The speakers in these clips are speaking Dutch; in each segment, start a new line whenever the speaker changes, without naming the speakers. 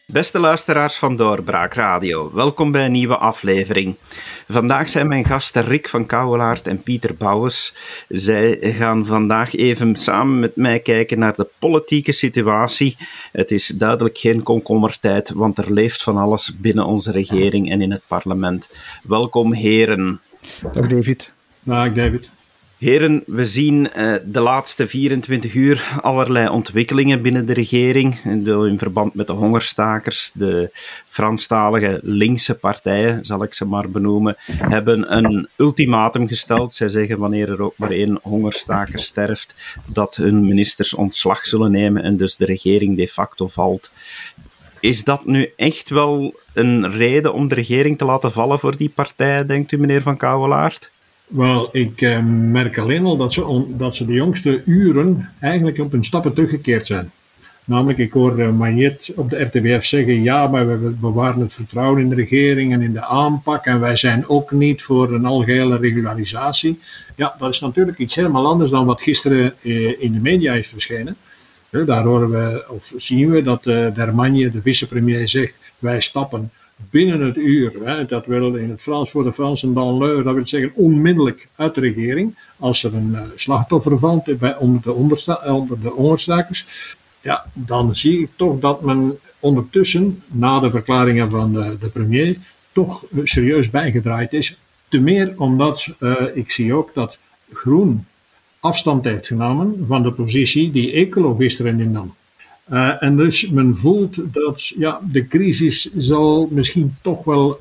Beste luisteraars van Doorbraak Radio, welkom bij een nieuwe aflevering. Vandaag zijn mijn gasten Rick van Kouwelaert en Pieter Bouwens. Zij gaan vandaag even samen met mij kijken naar de politieke situatie. Het is duidelijk geen komkommertijd, want er leeft van alles binnen onze regering en in het parlement. Welkom heren.
Dag David.
Dag David.
Heren, we zien de laatste 24 uur allerlei ontwikkelingen binnen de regering in verband met de hongerstakers. De Franstalige linkse partijen, zal ik ze maar benoemen, hebben een ultimatum gesteld. Zij zeggen wanneer er ook maar één hongerstaker sterft, dat hun ministers ontslag zullen nemen en dus de regering de facto valt. Is dat nu echt wel een reden om de regering te laten vallen voor die partijen, denkt u, meneer Van Kouwelaert?
Wel, ik merk alleen al dat ze de jongste uren eigenlijk op hun stappen teruggekeerd zijn. Namelijk, ik hoor Magnet op de RTBF zeggen, ja, maar we bewaren het vertrouwen in de regering en in de aanpak en wij zijn ook niet voor een algehele regularisatie. Ja, dat is natuurlijk iets helemaal anders dan wat gisteren in de media is verschenen. Daar horen we, of zien we, dat Dermagne, de vicepremier, zegt, wij stappen binnen het uur, dat wil in het Frans voor de Fransen dans l'heure, dat wil zeggen onmiddellijk uit de regering, als er een slachtoffer valt onder de hongerstakers, ja, dan zie ik toch dat men ondertussen, na de verklaringen van de premier, toch serieus bijgedraaid is. Te meer omdat ik zie ook dat Groen afstand heeft genomen van de positie die Ecolo gisteren innam. En dus men voelt dat de crisis zal misschien toch wel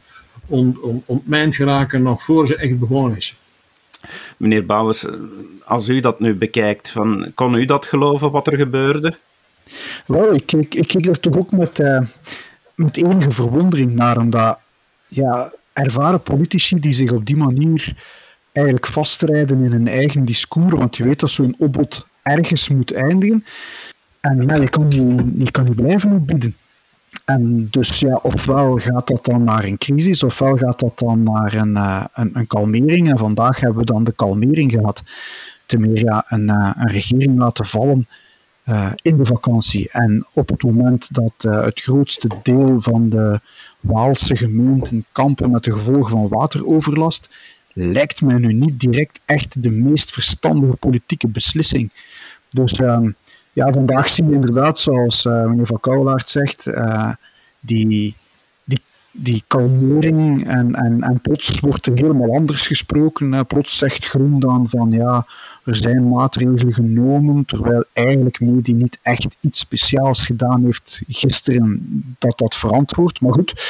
ontmijnd geraken nog voor ze echt begonnen is.
Meneer Bouwens, als u dat nu bekijkt, kon u dat geloven wat er gebeurde?
Wel, ik kijk er toch ook met enige verwondering naar, omdat ervaren politici die zich op die manier eigenlijk vastrijden in hun eigen discours, want je weet dat zo'n opbod ergens moet eindigen. En je kan niet blijven opbieden. En dus ofwel gaat dat dan naar een crisis, ofwel gaat dat dan naar een kalmering. En vandaag hebben we dan de kalmering gehad. Ten meer een regering laten vallen in de vakantie. En op het moment dat het grootste deel van de Waalse gemeenten kampen met de gevolgen van wateroverlast, lijkt mij nu niet direct echt de meest verstandige politieke beslissing. Dus vandaag zien we inderdaad, zoals meneer Van Kouwelaert zegt, die kalmering en plots wordt er helemaal anders gesproken. Plots zegt Groen dan van er zijn maatregelen genomen, terwijl eigenlijk Medi niet echt iets speciaals gedaan heeft gisteren dat verantwoordt. Maar goed,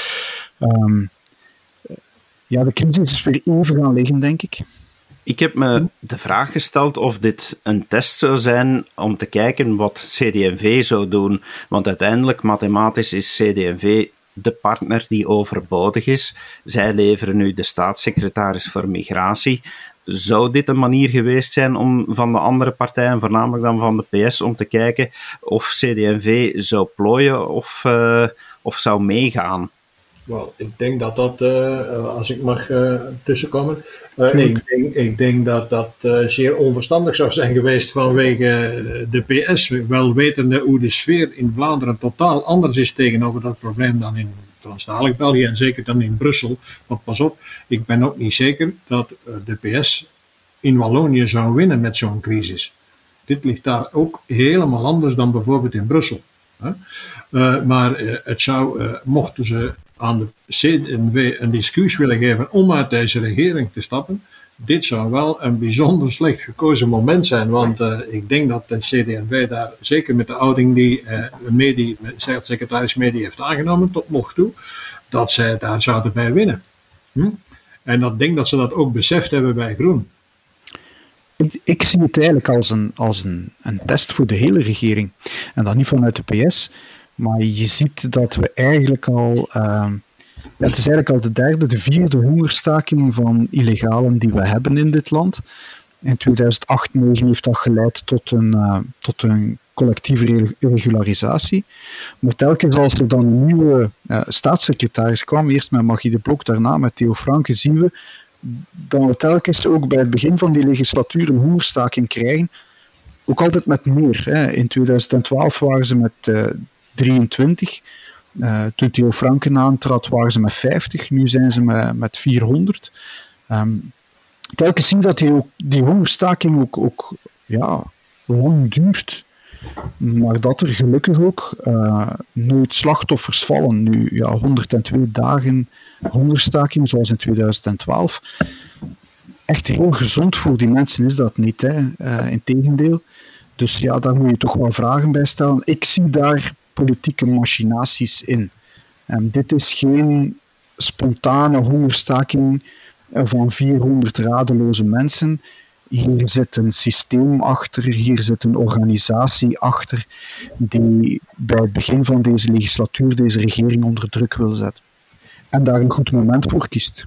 de crisis is weer even gaan liggen, denk ik.
Ik heb me de vraag gesteld of dit een test zou zijn om te kijken wat CD&V zou doen. Want uiteindelijk, mathematisch, is CD&V de partner die overbodig is. Zij leveren nu de staatssecretaris voor migratie. Zou dit een manier geweest zijn om van de andere partijen, voornamelijk dan van de PS, om te kijken of CD&V zou plooien of zou meegaan?
Wel, ik denk dat als ik mag tussenkomen, ik denk dat zeer onverstandig zou zijn geweest vanwege de PS, wel wetende hoe de sfeer in Vlaanderen totaal anders is tegenover dat probleem dan in Franstalig België en zeker dan in Brussel. Want pas op, ik ben ook niet zeker dat de PS in Wallonië zou winnen met zo'n crisis. Dit ligt daar ook helemaal anders dan bijvoorbeeld in Brussel. Maar het zou, mochten ze aan de CD&V een excuus willen geven om uit deze regering te stappen, dit zou wel een bijzonder slecht gekozen moment zijn, want ik denk dat de CD&V daar, zeker met de houding die staatssecretaris Medi heeft aangenomen tot nog toe, dat zij daar zouden bij winnen. En ik denk dat ze dat ook beseft hebben bij Groen.
Ik zie het eigenlijk als een test voor de hele regering. En dan niet vanuit de PS, maar je ziet dat we eigenlijk al... het is eigenlijk al de vierde hongerstaking van illegalen die we hebben in dit land. In 2008-2009 heeft dat geleid tot een collectieve regularisatie. Maar telkens als er dan een nieuwe staatssecretaris kwam, eerst met Magie de Blok, daarna met Theo Franke, zien we dat we telkens ook bij het begin van die legislatuur een hongerstaking krijgen. Ook altijd met meer. In 2012 waren ze met 23. Toen Theo Franken aantrad, waren ze met 50. Nu zijn ze met 400. Telkens zien dat die hongerstaking ook lang duurt. Maar dat er gelukkig ook nooit slachtoffers vallen. Nu, 102 dagen hongerstaking, zoals in 2012. Echt heel gezond voor die mensen is dat niet, hè. Integendeel. Dus ja, daar moet je toch wel vragen bij stellen. Ik zie daar politieke machinaties in. Dit is geen spontane hongerstaking van 400 radeloze mensen. Hier zit een systeem achter, hier zit een organisatie achter die bij het begin van deze legislatuur deze regering onder druk wil zetten. En daar een goed moment voor kiest.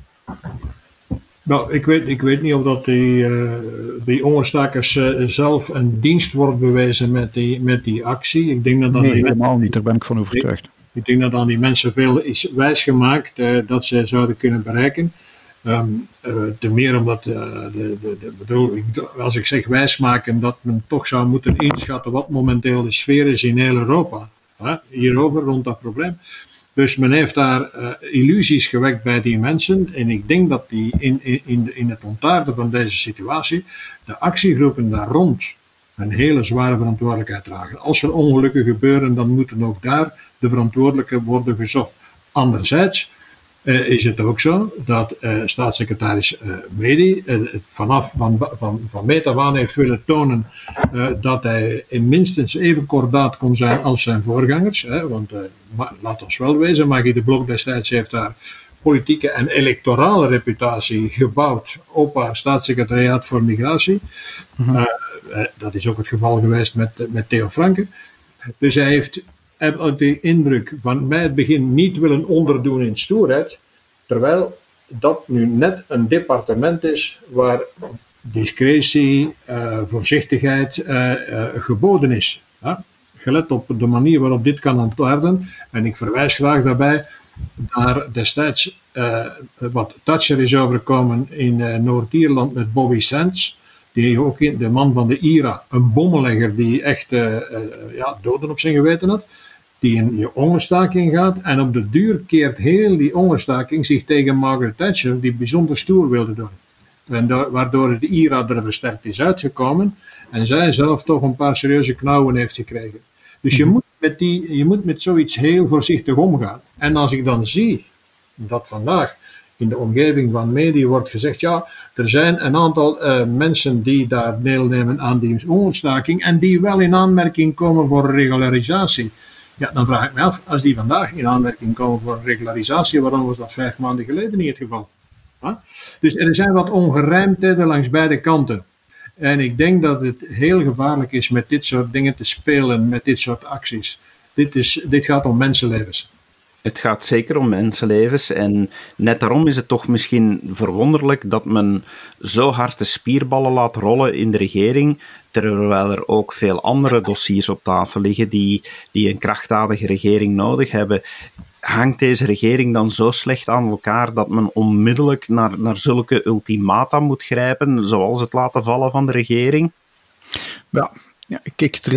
Nou, ik weet niet of dat die hongerstakers zelf een dienst wordt bewezen met die actie. Ik denk dat
nee, helemaal niet, daar ben ik van overtuigd.
Ik denk dat aan die mensen veel is wijsgemaakt dat zij zouden kunnen bereiken. Te meer omdat, als ik zeg wijsmaken, dat men toch zou moeten inschatten wat momenteel de sfeer is in heel Europa. Hierover, rond dat probleem. Dus men heeft daar illusies gewekt bij die mensen. En ik denk dat die in het ontaarden van deze situatie, de actiegroepen daar rond een hele zware verantwoordelijkheid dragen. Als er ongelukken gebeuren, dan moeten ook daar de verantwoordelijken worden gezocht. Anderzijds is het ook zo dat staatssecretaris Medi van meet af aan heeft willen tonen dat hij in minstens even kordaat kon zijn als zijn voorgangers. Want laat ons wel wezen, Maggie de Blok destijds heeft daar politieke en electorale reputatie gebouwd op haar staatssecretariaat voor migratie. Dat is ook het geval geweest met Theo Franken. Dus hij heeft de indruk van bij het begin niet willen onderdoen in stoerheid, terwijl dat nu net een departement is waar discretie, voorzichtigheid geboden is. Gelet op de manier waarop dit kan ontaarden, en ik verwijs graag daarbij naar destijds wat Thatcher is overkomen in Noord-Ierland met Bobby Sands, die ook de man van de IRA, een bommenlegger die echt doden op zijn geweten had, die in je hongerstaking gaat en op de duur keert heel die hongerstaking zich tegen Margaret Thatcher, die bijzonder stoer wilde doen. En waardoor de IRA er versterkt is uitgekomen en zij zelf toch een paar serieuze knauwen heeft gekregen. Dus je moet met zoiets heel voorzichtig omgaan. En als ik dan zie dat vandaag in de omgeving van media wordt gezegd, ja, er zijn een aantal mensen die daar deelnemen aan die hongerstaking en die wel in aanmerking komen voor regularisatie. Ja, dan vraag ik me af, als die vandaag in aanmerking komen voor regularisatie, waarom was dat 5 maanden geleden niet het geval? Dus er zijn wat ongerijmdheden langs beide kanten. En ik denk dat het heel gevaarlijk is met dit soort dingen te spelen, met dit soort acties. Dit gaat om mensenlevens.
Het gaat zeker om mensenlevens en net daarom is het toch misschien verwonderlijk dat men zo hard de spierballen laat rollen in de regering, terwijl er ook veel andere dossiers op tafel liggen die een krachtdadige regering nodig hebben. Hangt deze regering dan zo slecht aan elkaar dat men onmiddellijk naar zulke ultimata moet grijpen, zoals het laten vallen van de regering?
Ja, kijk, er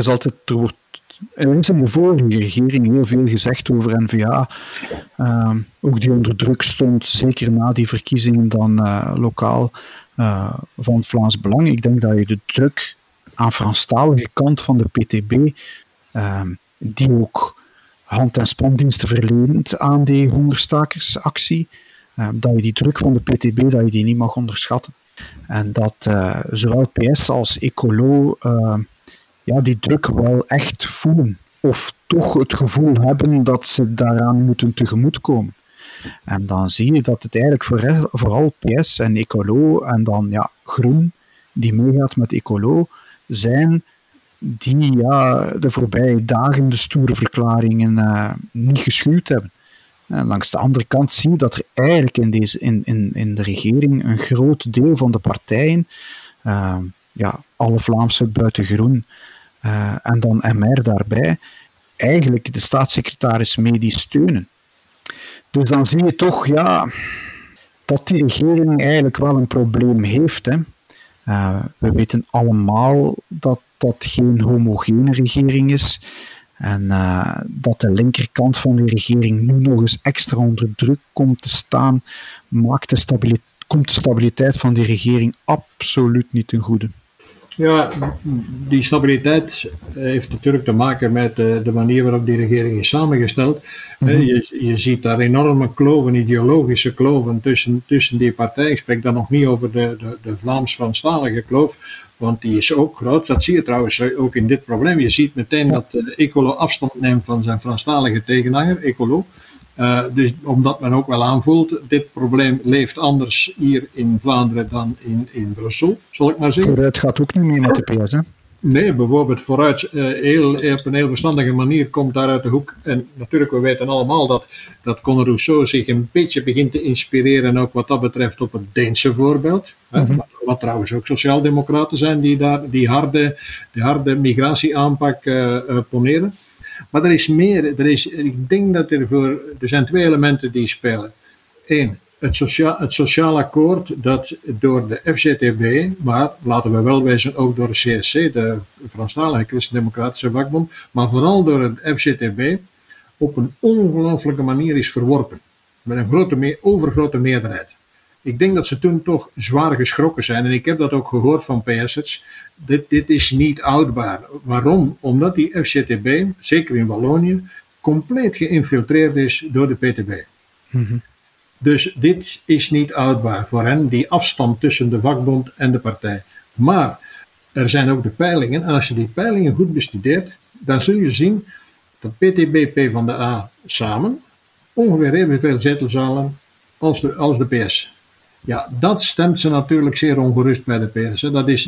is in de vorige regering heel veel gezegd over N-VA, ook die onder druk stond, zeker na die verkiezingen dan lokaal van het Vlaams Belang. Ik denk dat je de druk aan Franstalige kant van de PTB, die ook hand- en spandiensten verleent aan die hongerstakersactie, dat je die druk van de PTB dat je die niet mag onderschatten. En dat zowel PS als Ecolo die druk wel echt voelen. Of toch het gevoel hebben dat ze daaraan moeten tegemoetkomen. En dan zie je dat het eigenlijk vooral PS en Ecolo en dan Groen, die meegaat met Ecolo, zijn die de voorbije dagen de stoere verklaringen niet geschuwd hebben. En langs de andere kant zie je dat er eigenlijk in de regering een groot deel van de partijen, alle Vlaamse buiten Groen en dan MR daarbij, eigenlijk de staatssecretaris Medi steunen. Dus dan zie je toch dat die regering eigenlijk wel een probleem heeft. Hè. We weten allemaal dat dat geen homogene regering is. En dat de linkerkant van de regering nu nog eens extra onder druk komt te staan, komt de stabiliteit van die regering absoluut niet ten goede.
Ja, die stabiliteit heeft natuurlijk te maken met de manier waarop die regering is samengesteld. Mm-hmm. Je ziet daar enorme kloven, ideologische kloven tussen die partijen. Ik spreek dan nog niet over de Vlaams-Franstalige kloof, want die is ook groot. Dat zie je trouwens ook in dit probleem. Je ziet meteen dat Ecolo afstand neemt van zijn Franstalige tegenhanger, Ecolo. Dus omdat men ook wel aanvoelt, dit probleem leeft anders hier in Vlaanderen dan in Brussel, zal ik maar zeggen.
Vooruit gaat ook niet meer met de PS, hè?
Nee, bijvoorbeeld vooruit op een heel verstandige manier komt daar uit de hoek. En natuurlijk, we weten allemaal dat Conor Rousseau zich een beetje begint te inspireren, ook wat dat betreft op het Deense voorbeeld. Mm-hmm. Wat trouwens ook sociaaldemocraten zijn die daar die harde migratieaanpak poneren. Maar er is meer. Ik denk dat er zijn twee elementen die spelen. Eén, het sociaal akkoord dat door de FCTB, maar laten we wel wezen ook door de CSC, de Franstalige Christendemocratische Vakbond, maar vooral door het FCTB, op een ongelooflijke manier is verworpen. Met een overgrote meerderheid. Ik denk dat ze toen toch zwaar geschrokken zijn. En ik heb dat ook gehoord van PS'ers. Dit is niet houdbaar. Waarom? Omdat die FCTB, zeker in Wallonië, compleet geïnfiltreerd is door de PTB. Mm-hmm. Dus dit is niet houdbaar voor hen, die afstand tussen de vakbond en de partij. Maar er zijn ook de peilingen. En als je die peilingen goed bestudeert, dan zul je zien dat PTB, PvdA samen ongeveer evenveel zetels halen als de PS. Ja, dat stemt ze natuurlijk zeer ongerust bij de PS.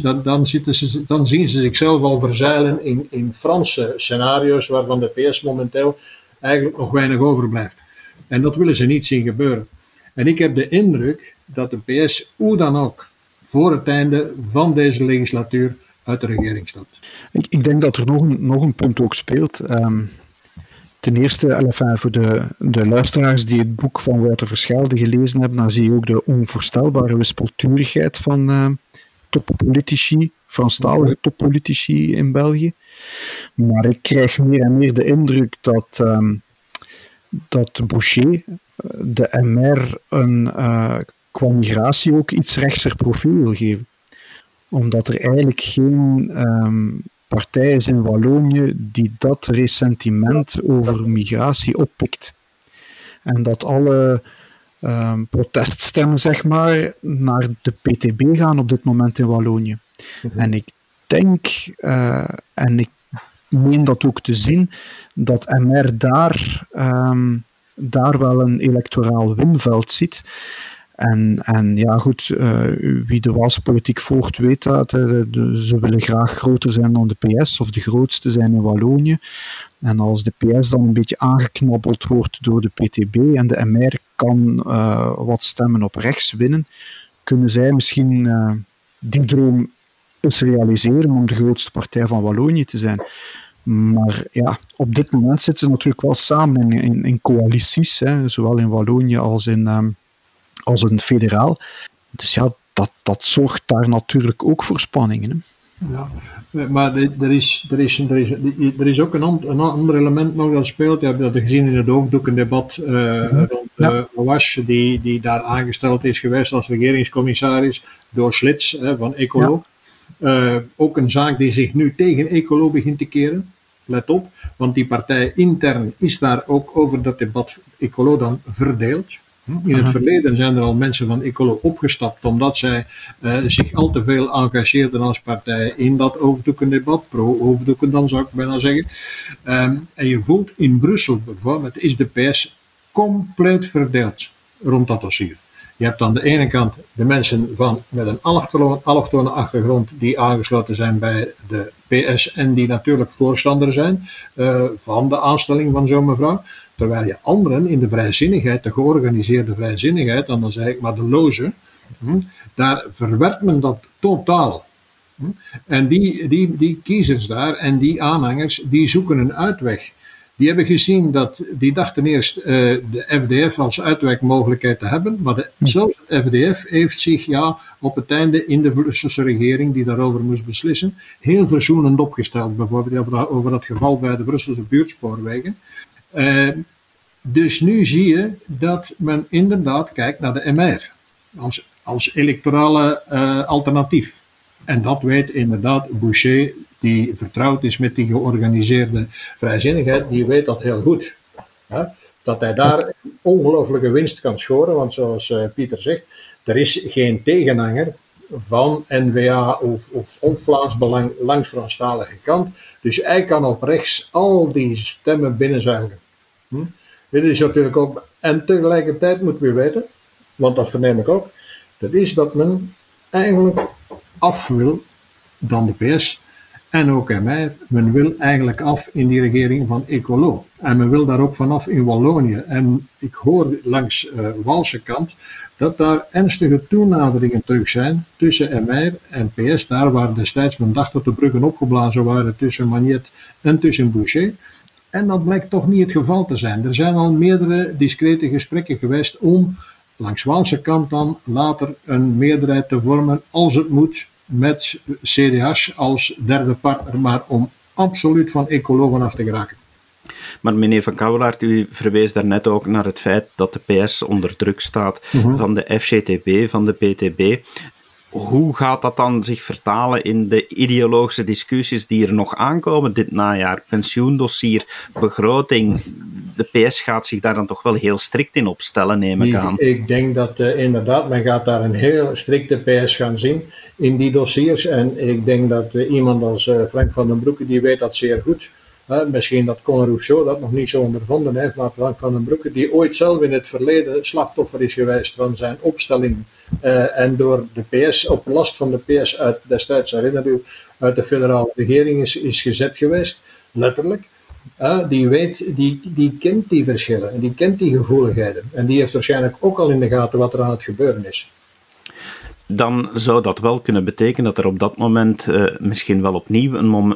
Dan zien ze zichzelf al verzeilen in Franse scenario's waarvan de PS momenteel eigenlijk nog weinig overblijft. En dat willen ze niet zien gebeuren. En ik heb de indruk dat de PS hoe dan ook voor het einde van deze legislatuur uit de regering stapt.
Ik denk dat er nog een punt ook speelt. Ten eerste, voor de luisteraars die het boek van Wouter Verschelde gelezen hebben, dan zie je ook de onvoorstelbare wispelturigheid van toppolitici, Franstalige toppolitici in België. Maar ik krijg meer en meer de indruk dat Boucher, de MR, qua migratie ook iets rechtser profiel wil geven. Omdat er eigenlijk geen partij is in Wallonië die dat ressentiment over migratie oppikt. En dat alle proteststemmen, zeg maar, naar de PTB gaan op dit moment in Wallonië. Mm-hmm. En ik denk, en ik meen dat ook te zien, dat MR daar wel een electoraal winveld ziet. En ja, goed, wie de Waalse politiek volgt weet dat. Ze willen graag groter zijn dan de PS, of de grootste zijn in Wallonië. En als de PS dan een beetje aangeknabbeld wordt door de PTB en de MR kan wat stemmen op rechts winnen, kunnen zij misschien die droom eens realiseren om de grootste partij van Wallonië te zijn. Maar ja, op dit moment zitten ze natuurlijk wel samen in coalities, hè, zowel in Wallonië als een federaal. Dus ja, dat zorgt daar natuurlijk ook voor spanningen. Hè.
Ja, maar er is ook een ander element nog dat speelt. Je hebt dat gezien in het hoofddoekendebat rond Awash, die daar aangesteld is geweest als regeringscommissaris door Slits van Ecolo. Ja. Ook een zaak die zich nu tegen Ecolo begint te keren. Let op, want die partij intern is daar ook over dat debat Ecolo dan verdeeld. In het verleden zijn er al mensen van Ecolo opgestapt omdat zij zich al te veel engageerden als partij in dat hoofddoekendebat, pro-hoofddoeken dan zou ik bijna zeggen. En je voelt in Brussel bijvoorbeeld, is de PS compleet verdeeld rond dat dossier. Je hebt aan de ene kant de mensen met een allochtone achtergrond die aangesloten zijn bij de PS en die natuurlijk voorstander zijn van de aanstelling van zo'n mevrouw. Terwijl je anderen in de vrijzinnigheid, de georganiseerde vrijzinnigheid, dan zeg ik maar de loge, daar verwerpt men dat totaal. En die kiezers daar en die aanhangers, die zoeken een uitweg. Die hebben gezien die dachten eerst de FDF als uitwijkmogelijkheid te hebben, maar zelfs de FDF heeft zich op het einde in de Brusselse regering die daarover moest beslissen, heel verzoenend opgesteld. Bijvoorbeeld over dat geval bij de Brusselse buurtspoorwegen. Dus nu zie je dat men inderdaad kijkt naar de MR als electorale alternatief. En dat weet inderdaad Boucher, die vertrouwd is met die georganiseerde vrijzinnigheid, die weet dat heel goed. Hè? Dat hij daar ongelooflijke winst kan scoren, want zoals Pieter zegt, er is geen tegenhanger van N-VA of Vlaams Belang langs Franstalige kant. Dus hij kan op rechts al die stemmen binnenzuigen. Dit is natuurlijk ook, en tegelijkertijd moeten we weten, want dat verneem ik ook, dat is dat men eigenlijk af wil dan de PS en ook MR. Men wil eigenlijk af in die regering van Ecolo. En men wil daar ook vanaf in Wallonië. En ik hoor langs Waalse kant dat daar ernstige toenaderingen terug zijn tussen MR en PS. Daar waar destijds men dacht dat de bruggen opgeblazen waren tussen Magnet en tussen Boucher. En dat blijkt toch niet het geval te zijn. Er zijn al meerdere discrete gesprekken geweest om langs Waalse kant dan later een meerderheid te vormen, als het moet, met CDH als derde partner, maar om absoluut van Ecolo vanaf te geraken.
Maar meneer Van Kouwelaert, u verwees daarnet ook naar het feit dat de PS onder druk staat van de FGTB, van de BTB. Hoe gaat dat dan zich vertalen in de ideologische discussies die er nog aankomen dit najaar? Pensioendossier, begroting. De PS gaat zich daar dan toch wel heel strikt in opstellen, neem ik aan.
Ik denk dat inderdaad, men gaat daar een heel strikte PS gaan zien in die dossiers. En ik denk dat iemand als Frank van den Broeke, die weet dat zeer goed. Misschien dat Conor Rousseau dat nog niet zo ondervonden heeft, maar Frank van den Broeke, die ooit zelf in het verleden slachtoffer is geweest van zijn opstelling en door de PS, op last van de PS destijds, herinner u, uit de federale regering is gezet geweest, letterlijk. Die kent die verschillen en die kent die gevoeligheden. En die heeft waarschijnlijk ook al in de gaten wat er aan het gebeuren is.
Dan zou dat wel kunnen betekenen dat er op dat moment misschien wel opnieuw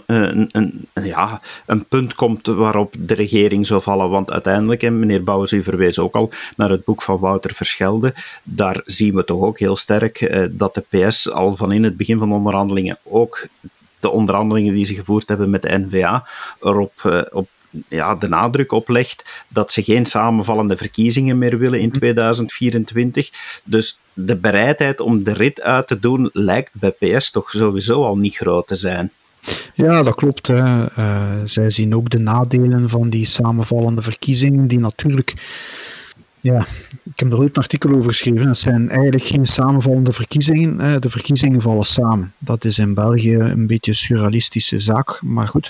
een punt komt waarop de regering zou vallen. Want uiteindelijk, en meneer Bouwens, u verwees ook al naar het boek van Wouter Verschelde, daar zien we toch ook heel sterk dat de PS al van in het begin van de onderhandelingen, ook de onderhandelingen die ze gevoerd hebben met de N-VA, erop de nadruk op legt dat ze geen samenvallende verkiezingen meer willen in 2024. Dus de bereidheid om de rit uit te doen lijkt bij PS toch sowieso al niet groot te zijn.
Ja, dat klopt. Zij zien ook de nadelen van die samenvallende verkiezingen, die natuurlijk... Ja, ik heb er ooit een artikel over geschreven. Het zijn eigenlijk geen samenvallende verkiezingen. De verkiezingen vallen samen. Dat is in België een beetje een surrealistische zaak, maar goed.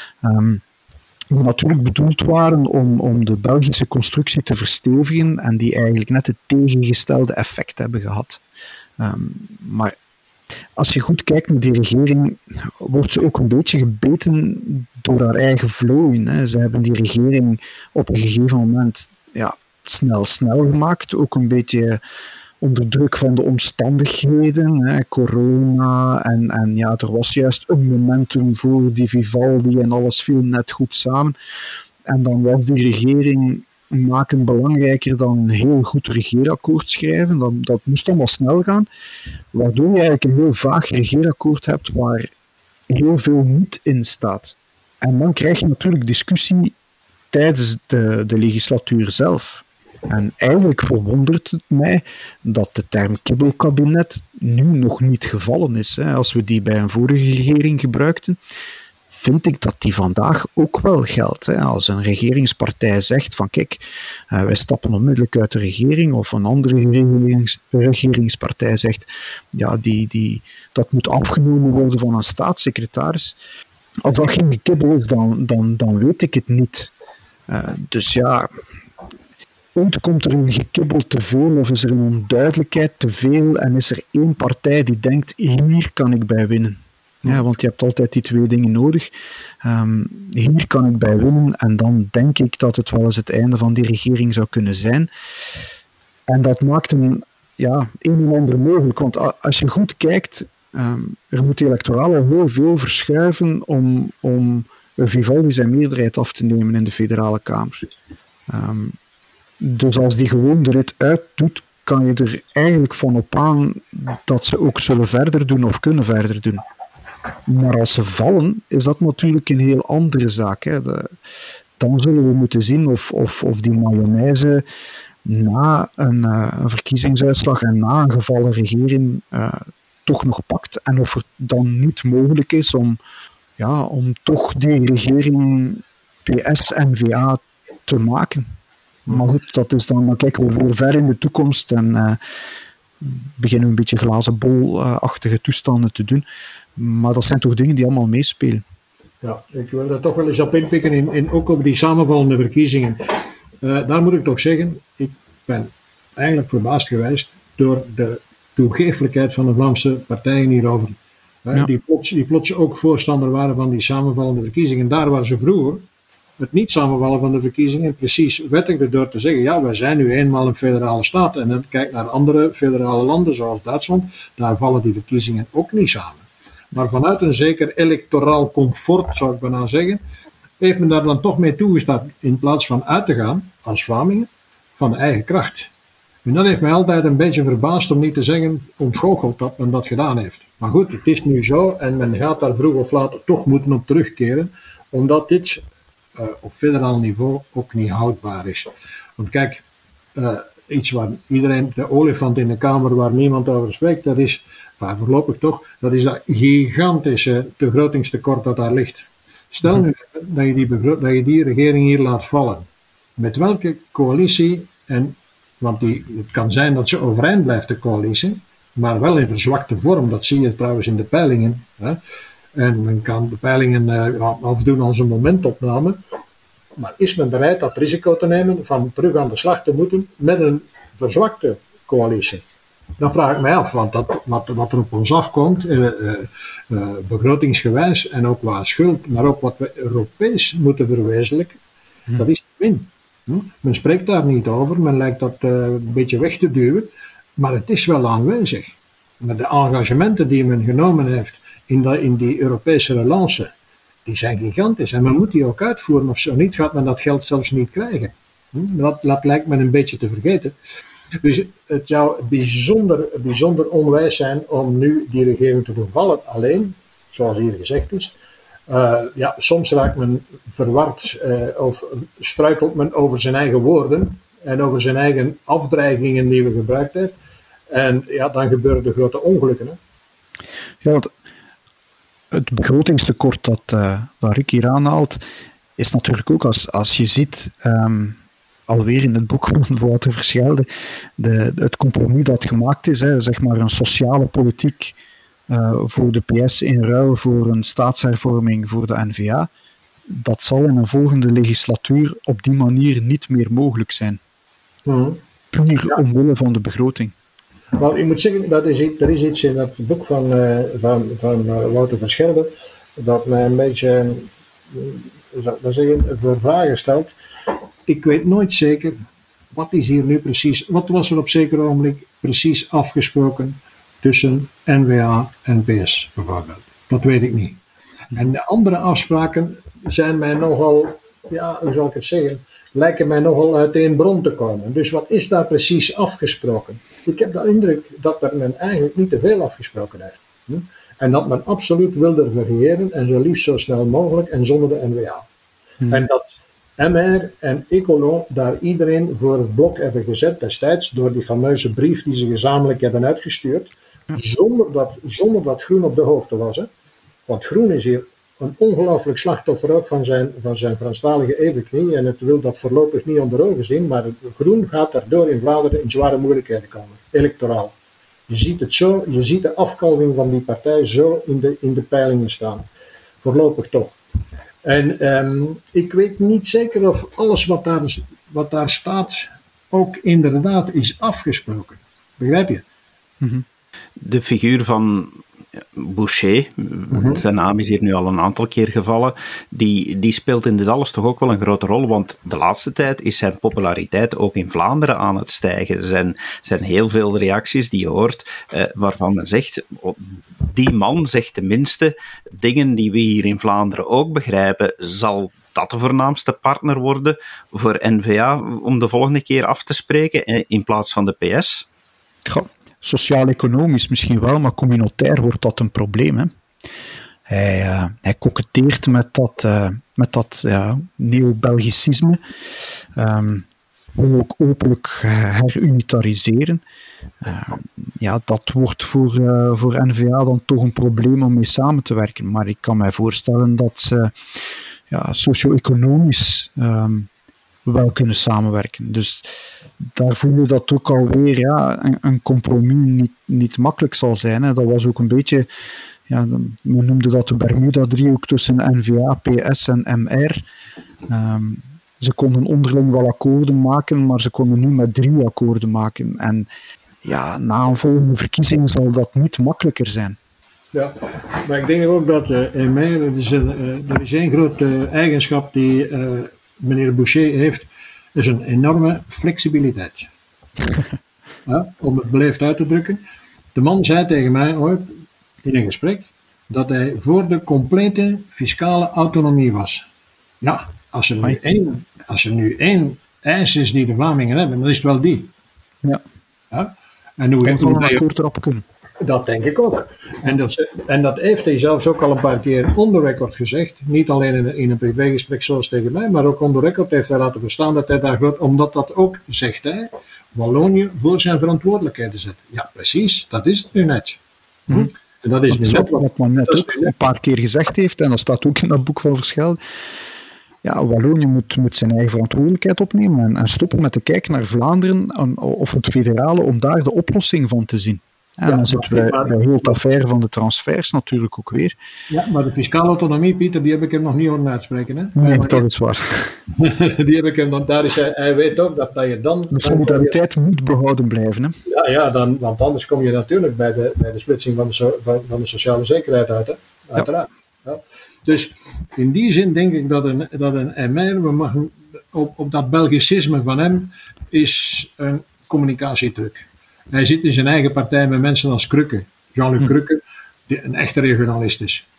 Die natuurlijk bedoeld waren om de Belgische constructie te verstevigen en die eigenlijk net het tegengestelde effect hebben gehad. Maar als je goed kijkt naar die regering, wordt ze ook een beetje gebeten door haar eigen vlooien. Ze hebben die regering op een gegeven moment snel gemaakt, ook een beetje onder druk van de omstandigheden, corona en ja, er was juist een momentum voor die Vivaldi en alles viel net goed samen. En dan was die regering maken belangrijker dan een heel goed regeerakkoord schrijven. Dat moest allemaal snel gaan, waardoor je eigenlijk een heel vaag regeerakkoord hebt waar heel veel niet in staat. En dan krijg je natuurlijk discussie tijdens de legislatuur zelf. En eigenlijk verwondert het mij dat de term kibbelkabinet nu nog niet gevallen is. Als we die bij een vorige regering gebruikten, vind ik dat die vandaag ook wel geldt. Als een regeringspartij zegt van kijk, wij stappen onmiddellijk uit de regering, of een andere regeringspartij zegt ja, dat moet afgenomen worden van een staatssecretaris. Als dat geen gekibbel is, dan weet ik het niet. Dus ja... Komt er een gekibbel te veel of is er een onduidelijkheid te veel en is er één partij die denkt, hier kan ik bij winnen. Ja, want je hebt altijd die twee dingen nodig. Hier kan ik bij winnen en dan denk ik dat het wel eens het einde van die regering zou kunnen zijn. En dat maakt een en ander mogelijk. Want als je goed kijkt, er moet electoraal al heel veel verschuiven om Vivaldi zijn meerderheid af te nemen in de federale kamer. Dus als die gewoon de rit uit doet, kan je er eigenlijk van op aan dat ze ook zullen verder doen of kunnen verder doen. Maar als ze vallen, is dat natuurlijk een heel andere zaak. Hè. Dan zullen we moeten zien of die mayonaise na een verkiezingsuitslag en na een gevallen regering toch nog pakt. En of het dan niet mogelijk is om toch die regering PS-N-VA te maken. Maar goed, dat is dan kijken we weer ver in de toekomst en beginnen we een beetje glazen bol-achtige toestanden te doen. Maar dat zijn toch dingen die allemaal meespelen.
Ja, ik wil er toch wel eens op inpikken, ook op die samenvallende verkiezingen. Daar moet ik toch zeggen, ik ben eigenlijk verbaasd geweest door de toegeeflijkheid van de Vlaamse partijen hierover. Ja. Die plots ook voorstander waren van die samenvallende verkiezingen. Daar waar ze vroeger het niet samenvallen van de verkiezingen precies wettigde door te zeggen, ja, wij zijn nu eenmaal een federale staat. En dan kijk naar andere federale landen zoals Duitsland, daar vallen die verkiezingen ook niet samen. Maar vanuit een zeker electoraal comfort, zou ik bijna zeggen, heeft men daar dan toch mee toegestaan, in plaats van uit te gaan, als Vlamingen, van de eigen kracht. En dat heeft mij altijd een beetje verbaasd, om niet te zeggen ontgoocheld dat men dat gedaan heeft. Maar goed, het is nu zo en men gaat daar vroeg of laat toch moeten op terugkeren, omdat dit op federaal niveau ook niet houdbaar is. Want kijk, iets waar iedereen, de olifant in de kamer waar niemand over spreekt, dat is, voorlopig toch, dat is dat gigantische begrotingstekort dat daar ligt. Stel nu dat je die regering hier laat vallen. Met welke coalitie, want het kan zijn dat ze overeind blijft, de coalitie, maar wel in verzwakte vorm. Dat zie je trouwens in de peilingen. Hè. En men kan de peilingen afdoen als een momentopname. Maar is men bereid dat risico te nemen van terug aan de slag te moeten met een verzwakte coalitie? Dan vraag ik mij af, want wat er op ons afkomt, begrotingsgewijs en ook qua schuld, maar ook wat we Europees moeten verwezenlijken, dat is win. Men spreekt daar niet over, men lijkt dat een beetje weg te duwen, maar het is wel aanwezig. Met de engagementen die men genomen heeft in die Europese relance, die zijn gigantisch en men moet die ook uitvoeren, of zo niet gaat men dat geld zelfs niet krijgen. Dat lijkt men een beetje te vergeten. Dus het zou bijzonder onwijs zijn om nu die regering te doen vallen alleen, zoals hier gezegd is. Soms raakt men verward of struikelt men over zijn eigen woorden en over zijn eigen afdreigingen die we gebruikt heeft. En ja, dan gebeuren de grote ongelukken. Hè?
Ja, want het begrotingstekort dat Rick hier aanhaalt, is natuurlijk ook als je ziet, alweer in het boek van Wouter Verschelde, het compromis dat gemaakt is, zeg maar een sociale politiek voor de PS in ruil voor een staatshervorming voor de N-VA, dat zal in een volgende legislatuur op die manier niet meer mogelijk zijn. Puur omwille van de begroting.
Wel, ik moet zeggen, er is iets in dat boek van Wouter Verschelde dat mij een beetje voor vragen stelt. Ik weet nooit zeker, wat is hier nu precies, wat was er op zeker ogenblik precies afgesproken tussen N-VA en PS bijvoorbeeld. Dat weet ik niet. En de andere afspraken zijn mij nogal, hoe zal ik het zeggen, lijken mij nogal uit één bron te komen. Dus wat is daar precies afgesproken? Ik heb de indruk dat men eigenlijk niet te veel afgesproken heeft. En dat men absoluut wilde regeren en zo liefst zo snel mogelijk en zonder de N-VA. En dat MR en Ecolo daar iedereen voor het blok hebben gezet destijds door die fameuze brief die ze gezamenlijk hebben uitgestuurd, zonder dat Groen op de hoogte was. Hè? Want Groen is hier een ongelooflijk slachtoffer ook van zijn Franstalige evenknie en het wil dat voorlopig niet onder ogen zien, maar Groen gaat daardoor in Vlaanderen in zware moeilijkheden komen, electoraal. Je ziet het zo, je ziet de afkalving van die partij zo in de peilingen staan. Voorlopig toch. En ik weet niet zeker of alles wat daar staat ook inderdaad is afgesproken. Begrijp je?
De figuur van Boucher, zijn naam is hier nu al een aantal keer gevallen, die speelt in dit alles toch ook wel een grote rol, want de laatste tijd is zijn populariteit ook in Vlaanderen aan het stijgen. Er zijn heel veel reacties die je hoort, waarvan men zegt, die man zegt tenminste dingen die we hier in Vlaanderen ook begrijpen. Zal dat de voornaamste partner worden voor N-VA om de volgende keer af te spreken in plaats van de PS?
Ja, sociaal-economisch misschien wel, maar communautair wordt dat een probleem. Hè. Hij koketteert met dat neo-Belgicisme. Wil ook openlijk herunitariseren. Dat wordt voor N-VA dan toch een probleem om mee samen te werken. Maar ik kan mij voorstellen dat ze socio-economisch wel kunnen samenwerken. Dus daar voel je dat ook alweer een compromis niet makkelijk zal zijn. Hè. Dat was ook een beetje, men noemde dat de Bermuda-driehoek tussen N-VA, PS en MR. Ze konden onderling wel akkoorden maken, maar ze konden nu met 3 akkoorden maken. En na een volgende verkiezing zal dat niet makkelijker zijn.
Ja, maar ik denk ook dat in mij, er is één grote eigenschap die meneer Boucher heeft, is een enorme flexibiliteit. Om het beleefd uit te drukken. De man zei tegen mij ooit, in een gesprek, dat hij voor de complete fiscale autonomie was. Ja, als er nu één eis is die de Vlamingen hebben, dan is het wel die.
Ja.
En hoe
een akkoord erop kunnen.
Dat denk ik ook. En dat heeft hij zelfs ook al een paar keer on the record gezegd. Niet alleen in een privégesprek zoals tegen mij, maar ook on the record heeft hij laten verstaan dat hij daar omdat dat ook, zegt hij, Wallonië voor zijn verantwoordelijkheden zet. Ja, precies. Dat is het nu net. En dat is nu net
wat men net ook een paar keer gezegd heeft, en dat staat ook in dat boek van Verschuil. Ja, Wallonië moet zijn eigen verantwoordelijkheid opnemen en stoppen met te kijken naar Vlaanderen of het federale om daar de oplossing van te zien. En dan zitten we bij heel het affaire van de transfers natuurlijk ook weer.
Ja, maar de fiscale autonomie, Pieter, die heb ik hem nog niet horen uitspreken. Hè?
Nee, dat is waar.
Die heb ik hem dan, daar is hij weet ook dat je dan...
De solidariteit moet behouden blijven. Hè?
Want anders kom je natuurlijk bij de splitsing van de sociale zekerheid uit. Hè? Uiteraard. Ja. Dus in die zin denk ik dat een MR, op dat Belgicisme van hem, is een communicatietruc. Hij zit in zijn eigen partij met mensen als Krukke, Jean-Luc Krukke, die een echte regionalist is.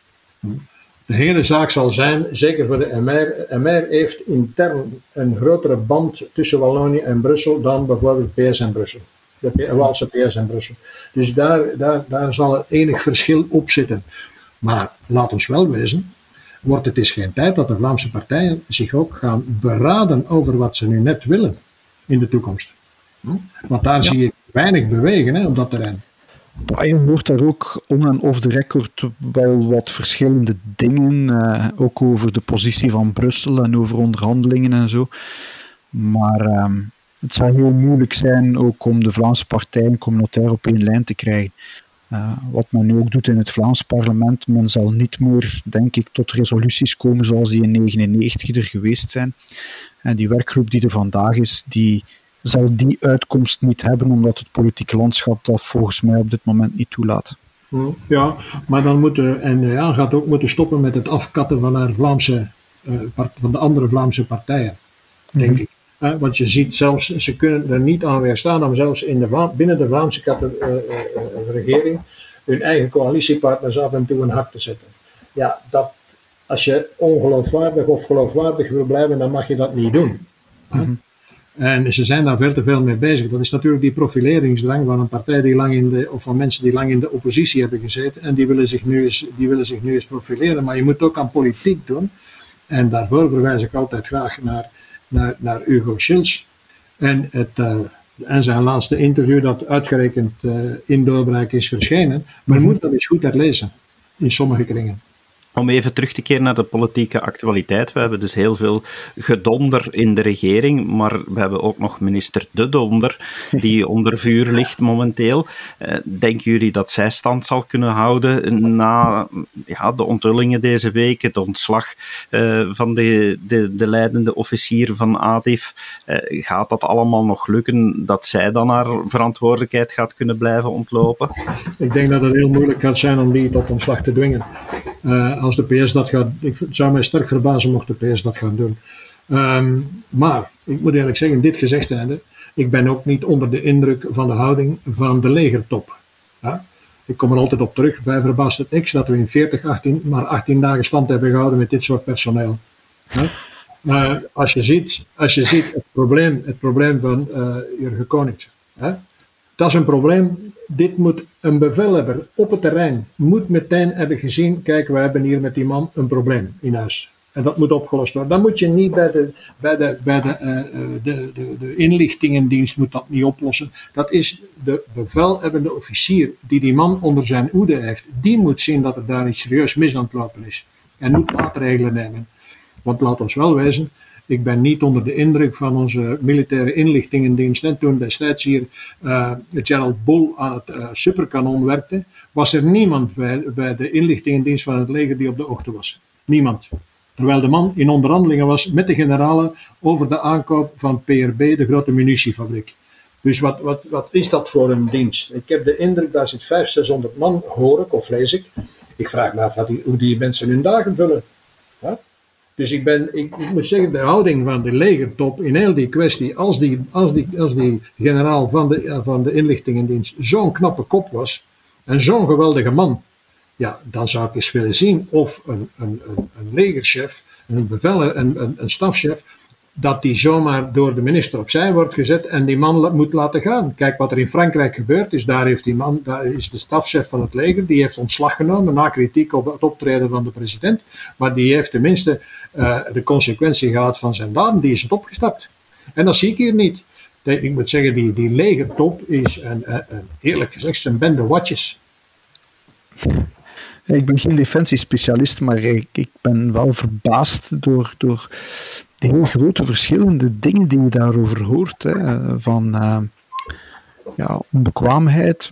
De hele zaak zal zijn, zeker voor de MR heeft intern een grotere band tussen Wallonië en Brussel dan bijvoorbeeld PS en Brussel. De Waalse PS en Brussel. Dus daar zal er enig verschil op zitten. Maar laat ons wel wezen, wordt het is geen tijd dat de Vlaamse partijen zich ook gaan beraden over wat ze nu net willen in de toekomst. Want daar zie ik weinig bewegen op dat terrein.
Je hoort daar ook on en off the record wel wat verschillende dingen, ook over de positie van Brussel en over onderhandelingen en zo. Maar het zal heel moeilijk zijn ook om de Vlaamse partijen communautair op één lijn te krijgen. Wat men nu ook doet in het Vlaams parlement, men zal niet meer, denk ik, tot resoluties komen zoals die in 1999 er geweest zijn. En die werkgroep die er vandaag is, die zal die uitkomst niet hebben, omdat het politieke landschap dat volgens mij op dit moment niet toelaat.
Ja, maar dan moet de N-VA gaat ook moeten stoppen met het afkatten van haar van de andere Vlaamse partijen, denk ik. Want je ziet zelfs, ze kunnen er niet aan weerstaan om zelfs binnen de Vlaamse regering hun eigen coalitiepartners af en toe een hak te zetten. Ja, als je ongeloofwaardig of geloofwaardig wil blijven, dan mag je dat niet doen. En ze zijn daar veel te veel mee bezig. Dat is natuurlijk die profileringsdrang van een partij of van mensen die lang in de oppositie hebben gezeten en die willen zich nu eens profileren. Maar je moet ook aan politiek doen. En daarvoor verwijs ik altijd graag naar Hugo Schills en zijn laatste interview dat uitgerekend in Doorbraak is verschenen. Maar je moet dat eens goed herlezen in sommige kringen.
Om even terug te keren naar de politieke actualiteit. We hebben dus heel veel gedonder in de regering, maar we hebben ook nog minister De Donder, die onder vuur ligt momenteel. Denken jullie dat zij stand zal kunnen houden na de onthullingen deze week, het ontslag van de leidende officier van ADIF? Gaat dat allemaal nog lukken, dat zij dan haar verantwoordelijkheid gaat kunnen blijven ontlopen?
Ik denk dat het heel moeilijk gaat zijn om die tot ontslag te dwingen. Als de PS dat gaat, het zou mij sterk verbazen mocht de PS dat gaan doen. Maar, ik moet eerlijk zeggen, dit gezegd hebbende, ik ben ook niet onder de indruk van de houding van de legertop. Ja? Ik kom er altijd op terug, mij verbaast het niks dat we in 18 dagen stand hebben gehouden met dit soort personeel. Ja? Als je ziet het probleem van Jurgen Konings. Dat is een probleem. Dit moet een bevelhebber op het terrein moet meteen hebben gezien, kijk, we hebben hier met die man een probleem in huis. En dat moet opgelost worden. Dan moet je niet bij de inlichtingendienst moet dat niet oplossen. Dat is de bevelhebbende officier die man onder zijn hoede heeft. Die moet zien dat er daar iets serieus mis aan het lopen is. En moet maatregelen nemen. Want laat ons wel wezen, ik ben niet onder de indruk van onze militaire inlichtingendienst. En toen destijds hier Gerald Bull aan het superkanon werkte, was er niemand bij de inlichtingendienst van het leger die op de hoogte was. Niemand. Terwijl de man in onderhandelingen was met de generalen over de aankoop van PRB, de grote munitiefabriek. Dus wat is dat voor een dienst? Ik heb de indruk, daar zit 500-600 man, hoor ik of lees ik. Ik vraag me af hoe die mensen hun dagen vullen. Ja? Dus ik moet zeggen, de houding van de legertop in heel die kwestie, als die generaal van de inlichtingendienst zo'n knappe kop was en zo'n geweldige man, ja, dan zou ik eens willen zien of een legerchef, een stafchef, dat die zomaar door de minister opzij wordt gezet en die man moet laten gaan. Kijk wat er in Frankrijk gebeurd is. Daar is de stafchef van het leger, die heeft ontslag genomen na kritiek op het optreden van de president. Maar die heeft tenminste de consequentie gehad van zijn daden. Die is het opgestapt. En dat zie ik hier niet. Ik moet zeggen, die legertop is eerlijk gezegd een bende watjes.
Ik ben geen defensiespecialist, maar ik ben wel verbaasd door de heel grote verschillende dingen die je daarover hoort. Hè. Van onbekwaamheid,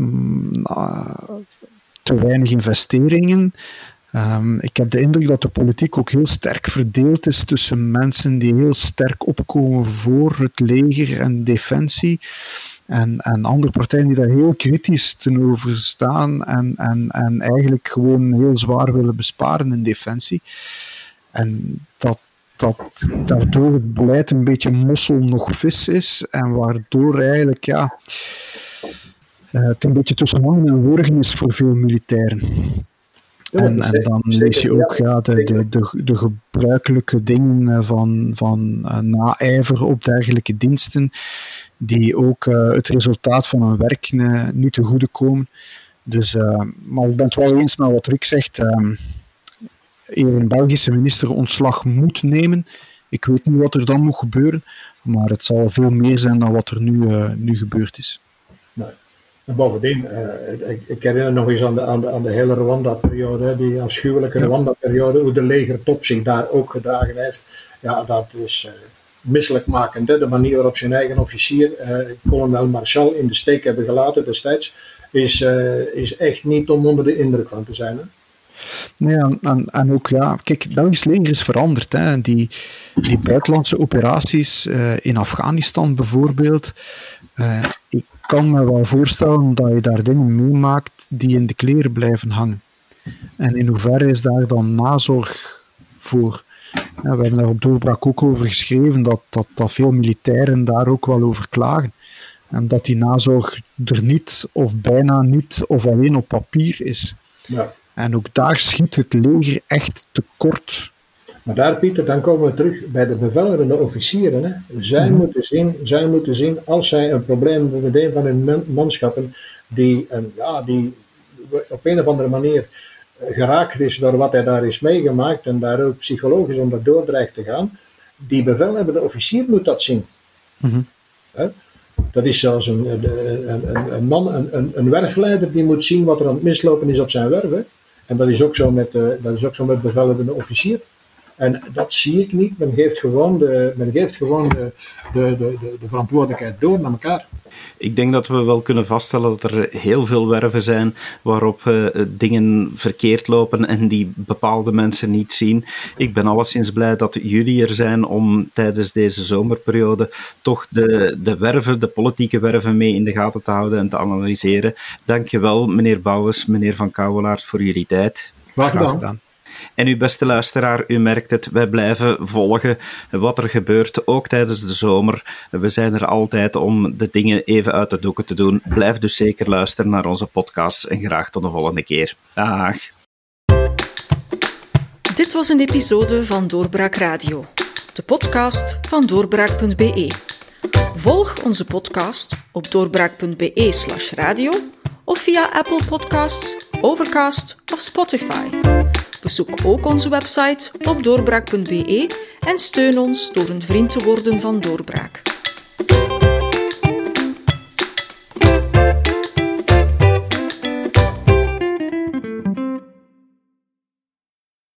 te weinig investeringen. Ik heb de indruk dat de politiek ook heel sterk verdeeld is tussen mensen die heel sterk opkomen voor het leger en defensie. En andere partijen die daar heel kritisch tegenover staan en eigenlijk gewoon heel zwaar willen besparen in defensie. En dat daardoor het beleid een beetje mossel nog vis is en waardoor eigenlijk het een beetje tussen hangen en wurgen is voor veel militairen. Ja, en dan lees je ook de gebruikelijke dingen van naijver op dergelijke diensten, die ook het resultaat van hun werk niet te goede komen. Dus, maar ik ben het wel eens met wat Rick zegt. Een Belgische minister ontslag moet nemen. Ik weet niet wat er dan moet gebeuren, maar het zal veel meer zijn dan wat er nu gebeurd is.
Nee. En bovendien, ik herinner nog eens aan de hele Rwanda-periode, die afschuwelijke Rwanda-periode, hoe de legertop zich daar ook gedragen heeft. Ja, dat is misselijkmakend. De manier waarop zijn eigen officier, kolonel Marchal, in de steek hebben gelaten destijds, is echt niet om onder de indruk van te zijn. Hè?
Nee, en ook, kijk, het Belgisch leger is veranderd. Hè. Die buitenlandse operaties in Afghanistan bijvoorbeeld, ik kan me wel voorstellen dat je daar dingen meemaakt die in de kleren blijven hangen. En in hoeverre is daar dan nazorg voor? We hebben daar op Doorbraak ook over geschreven dat veel militairen daar ook wel over klagen. En dat die nazorg er niet, of bijna niet, of alleen op papier is. Ja. En ook daar schiet het leger echt tekort.
Maar daar, Pieter, dan komen we terug bij de bevelhebbende officieren. Hè. Zij moeten zien, als zij een probleem hebben met een van hun manschappen, die op een of andere manier geraakt is door wat hij daar is meegemaakt en daar ook psychologisch onderdoor dreigt te gaan, die bevelhebbende officier moet dat zien. Mm-hmm. Dat is zelfs een man, een werfleider, die moet zien wat er aan het mislopen is op zijn werf. Hè. En dat is ook zo met de bevelhebbende officier. En dat zie ik niet. Men geeft gewoon de verantwoordelijkheid door naar elkaar.
Ik denk dat we wel kunnen vaststellen dat er heel veel werven zijn waarop dingen verkeerd lopen en die bepaalde mensen niet zien. Ik ben alleszins blij dat jullie er zijn om tijdens deze zomerperiode toch de werven, de politieke werven mee in de gaten te houden en te analyseren. Dankjewel, meneer Bouwens, meneer Van Kouwelaert, voor jullie tijd.
Graag gedaan.
En u, beste luisteraar, u merkt het, wij blijven volgen wat er gebeurt, ook tijdens de zomer. We zijn er altijd om de dingen even uit de doeken te doen. Blijf dus zeker luisteren naar onze podcasts en graag tot de volgende keer. Dag.
Dit was een episode van Doorbraak Radio, de podcast van doorbraak.be. Volg onze podcast op doorbraak.be/radio of via Apple Podcasts, Overcast of Spotify. Bezoek ook onze website op doorbraak.be en steun ons door een vriend te worden van Doorbraak.